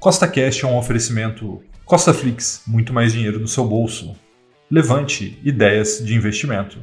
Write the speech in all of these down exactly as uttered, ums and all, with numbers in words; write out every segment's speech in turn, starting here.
CostaCast é um oferecimento CostaFlix, muito mais dinheiro no seu bolso. Levante ideias de investimento.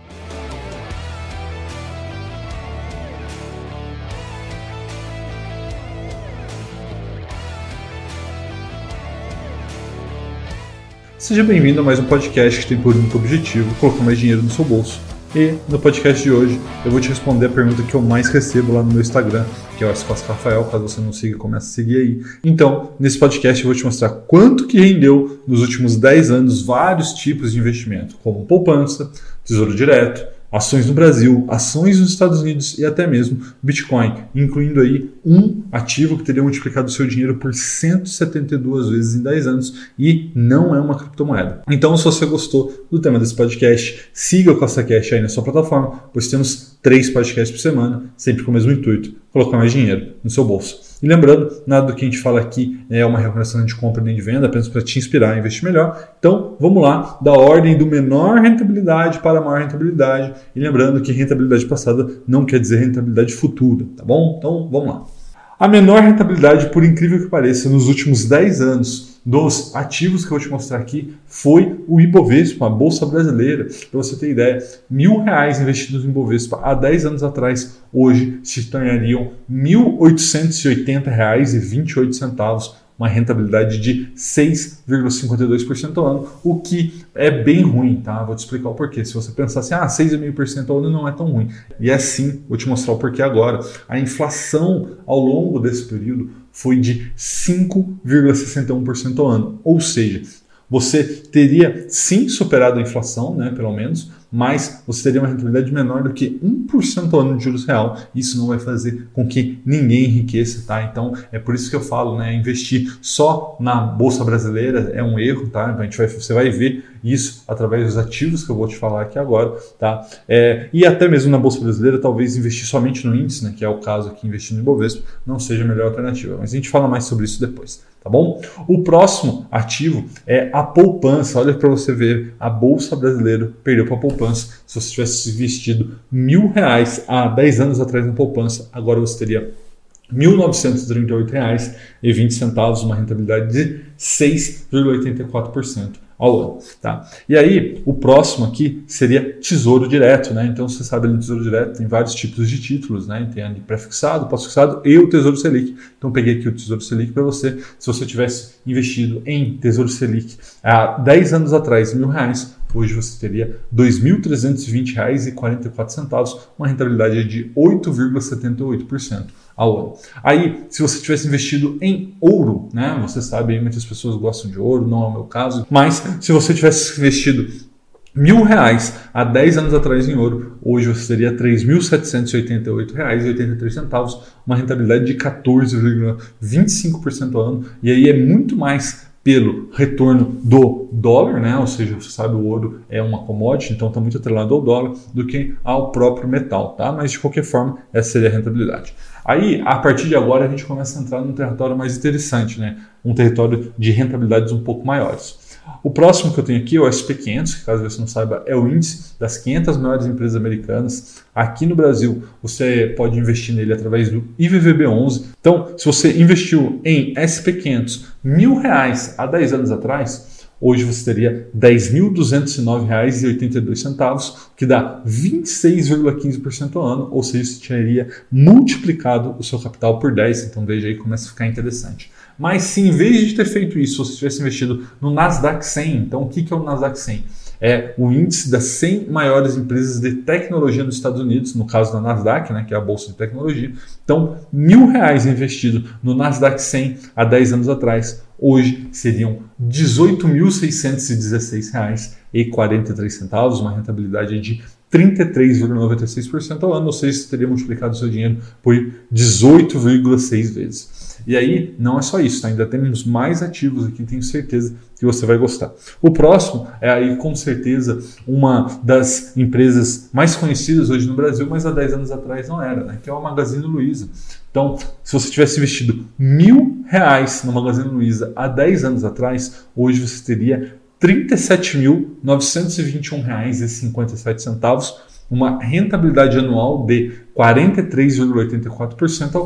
Seja bem-vindo a mais um podcast que tem por único objetivo colocar mais dinheiro no seu bolso. E no podcast de hoje eu vou te responder a pergunta que eu mais recebo lá no meu Instagram, que é o Costa Rafael. Caso você não siga, comece a seguir aí. Então, nesse podcast eu vou te mostrar quanto que rendeu nos últimos dez anos vários tipos de investimento, como poupança, tesouro direto, ações no Brasil, ações nos Estados Unidos e até mesmo Bitcoin, incluindo aí um ativo que teria multiplicado o seu dinheiro por cento e setenta e duas vezes em dez anos e não é uma criptomoeda. Então, se você gostou do tema desse podcast, siga o CostaCast aí na sua plataforma, pois temos três podcasts por semana, sempre com o mesmo intuito, colocar mais dinheiro no seu bolso. E lembrando, nada do que a gente fala aqui é uma recomendação de compra nem de venda, apenas para te inspirar a investir melhor. Então, vamos lá, da ordem do menor rentabilidade para a maior rentabilidade. E lembrando que rentabilidade passada não quer dizer rentabilidade futura, tá bom? Então, vamos lá. A menor rentabilidade, por incrível que pareça, nos últimos dez anos dos ativos que eu vou te mostrar aqui foi o Ibovespa, a Bolsa Brasileira. Para você ter ideia, mil reais investidos no Ibovespa há dez anos atrás, hoje se tornariam mil oitocentos e oitenta reais e vinte e oito centavos, uma rentabilidade de seis vírgula cinquenta e dois por cento ao ano, o que é bem ruim, tá? Vou te explicar o porquê. Se você pensar assim, ah, seis vírgula cinco por cento ao ano não é tão ruim. E é sim, vou te mostrar o porquê agora. A inflação ao longo desse período foi de cinco vírgula sessenta e um por cento ao ano, ou seja, você teria sim superado a inflação, né, pelo menos, mas você teria uma rentabilidade menor do que um por cento ao ano de juros real. Isso não vai fazer com que ninguém enriqueça, tá? Então, é por isso que eu falo, né, investir só na Bolsa Brasileira é um erro, tá? A gente vai, você vai ver isso através dos ativos que eu vou te falar aqui agora, tá? É, e até mesmo na Bolsa Brasileira, talvez investir somente no índice, né, que é o caso aqui, investir no Ibovespa, não seja a melhor alternativa. Mas a gente fala mais sobre isso depois, tá bom? O próximo ativo é a poupança. Olha para você ver, a Bolsa Brasileira perdeu para a poupança. Se você tivesse investido mil reais há dez anos atrás na poupança, agora você teria mil novecentos e trinta e oito reais e vinte centavos, uma rentabilidade de seis vírgula oitenta e quatro por cento ao ano, tá? E aí, o próximo aqui seria Tesouro Direto, né? Então, você sabe, ali no Tesouro Direto tem vários tipos de títulos, né? Tem ali pré-fixado, pós-fixado e o Tesouro Selic. Então, peguei aqui o Tesouro Selic para você. Se você tivesse investido em Tesouro Selic há dez anos atrás, mil reais, hoje você teria dois mil trezentos e vinte reais e quarenta e quatro centavos, uma rentabilidade de oito vírgula setenta e oito por cento ao ano. Aí, se você tivesse investido em ouro, né? Você sabe, aí muitas pessoas gostam de ouro, não é o meu caso, mas se você tivesse investido mil reais há dez anos atrás em ouro, hoje você teria três mil setecentos e oitenta e oito reais e oitenta e três centavos, uma rentabilidade de quatorze vírgula vinte e cinco por cento ao ano, e aí é muito mais pelo retorno do dólar, né? Ou seja, você sabe, o ouro é uma commodity, então está muito atrelado ao dólar do que ao próprio metal, tá? Mas de qualquer forma, essa seria a rentabilidade. Aí, a partir de agora, a gente começa a entrar num território mais interessante, né? Um território de rentabilidades um pouco maiores. O próximo que eu tenho aqui é o S and P quinhentos, que caso você não saiba, é o índice das quinhentas maiores empresas americanas. Aqui no Brasil, você pode investir nele através do I V V B onze. Então, se você investiu em S and P quinhentos mil reais há dez anos atrás, hoje você teria dez mil duzentos e nove reais e oitenta e dois centavos, que dá vinte e seis vírgula quinze por cento ao ano, ou seja, você teria multiplicado o seu capital por dez. Então, veja aí, começa a ficar interessante. Mas se em vez de ter feito isso, você tivesse investido no Nasdaq cem, então o que é o Nasdaq cem? É o índice das cem maiores empresas de tecnologia nos Estados Unidos, no caso da Nasdaq, né, que é a bolsa de tecnologia. Então, mil reais investido no Nasdaq cem há dez anos atrás, hoje seriam dezoito mil seiscentos e dezesseis reais e quarenta e três centavos, uma rentabilidade de trinta e três vírgula noventa e seis por cento ao ano, ou seja, você teria multiplicado o seu dinheiro por dezoito vírgula seis vezes. E aí, não é só isso, tá? Ainda temos mais ativos aqui, tenho certeza que você vai gostar. O próximo é aí, com certeza, uma das empresas mais conhecidas hoje no Brasil, mas há dez anos atrás não era, né? Que é o Magazine Luiza. Então, se você tivesse investido mil reais no Magazine Luiza há dez anos atrás, hoje você teria trinta e sete mil novecentos e vinte e um reais e cinquenta e sete centavos, uma rentabilidade anual de quarenta e três vírgula oitenta e quatro por cento,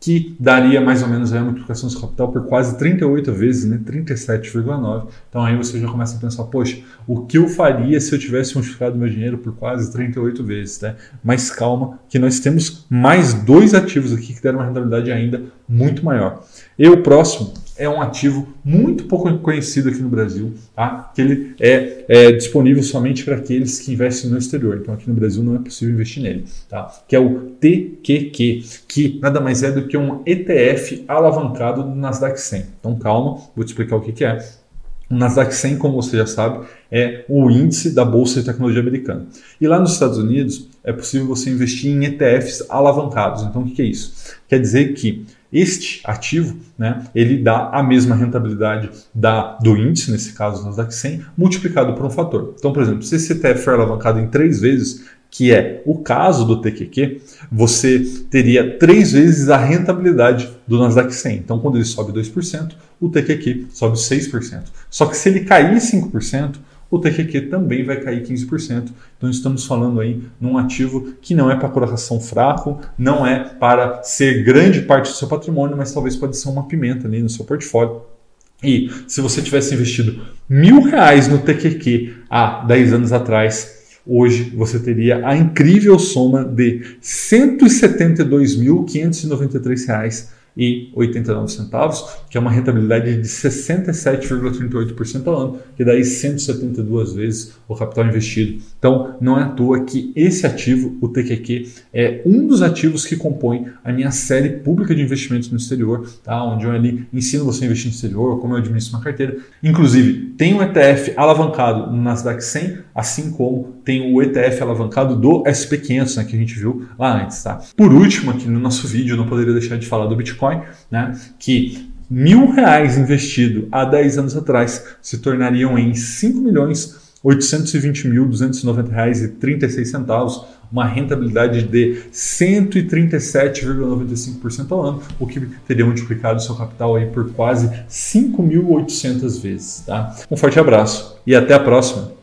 que daria mais ou menos a multiplicação do seu capital por quase trinta e oito vezes, né? trinta e sete vírgula nove. Então aí você já começa a pensar, poxa, o que eu faria se eu tivesse multiplicado meu dinheiro por quase trinta e oito vezes, né? Mas calma, que nós temos mais dois ativos aqui que deram uma rentabilidade ainda muito maior. E o próximo é um ativo muito pouco conhecido aqui no Brasil, tá? Que ele é, é disponível somente para aqueles que investem no exterior. Então aqui no Brasil não é possível investir nele, tá? Que é o T Q Q, que nada mais é do que um E T F alavancado do Nasdaq cem. Então calma, vou te explicar o que, que é. O Nasdaq cem, como você já sabe, é o índice da Bolsa de Tecnologia Americana. E lá nos Estados Unidos é possível você investir em E T Fs alavancados. Então o que, que é isso? Quer dizer que este ativo, né, ele dá a mesma rentabilidade da, do índice, nesse caso o Nasdaq cem, multiplicado por um fator. Então, por exemplo, se esse E T F for alavancado em três vezes, que é o caso do T Q Q, você teria três vezes a rentabilidade do Nasdaq cem. Então, quando ele sobe dois por cento, o T Q Q sobe seis por cento. Só que se ele cair cinco por cento, o T Q Q também vai cair quinze por cento. Então estamos falando aí num ativo que não é para coração fraco, não é para ser grande parte do seu patrimônio, mas talvez pode ser uma pimenta ali no seu portfólio. E se você tivesse investido mil reais no T Q Q há dez anos atrás, hoje você teria a incrível soma de cento e setenta e dois mil, quinhentos e noventa e três reais e oitenta e nove centavos, que é uma rentabilidade de sessenta e sete vírgula trinta e oito por cento ao ano, que daí cento e setenta e duas vezes o capital investido. Então, não é à toa que esse ativo, o T Q Q, é um dos ativos que compõe a minha série pública de investimentos no exterior, tá? Onde eu ali ensino você a investir no exterior, como eu administro uma carteira. Inclusive, tem um E T F alavancado no Nasdaq cem, assim como tem o E T F alavancado do S P quinhentos, né, que a gente viu lá antes. Tá? Por último, aqui no nosso vídeo, eu não poderia deixar de falar do Bitcoin, né, que mil reais investido há dez anos atrás se tornariam em cinco milhões oitocentos e vinte mil, duzentos e noventa reais e trinta e seis centavos, uma rentabilidade de cento e trinta e sete vírgula noventa e cinco por cento ao ano, o que teria multiplicado o seu capital aí por quase cinco mil e oitocentas vezes. Tá? Um forte abraço e até a próxima!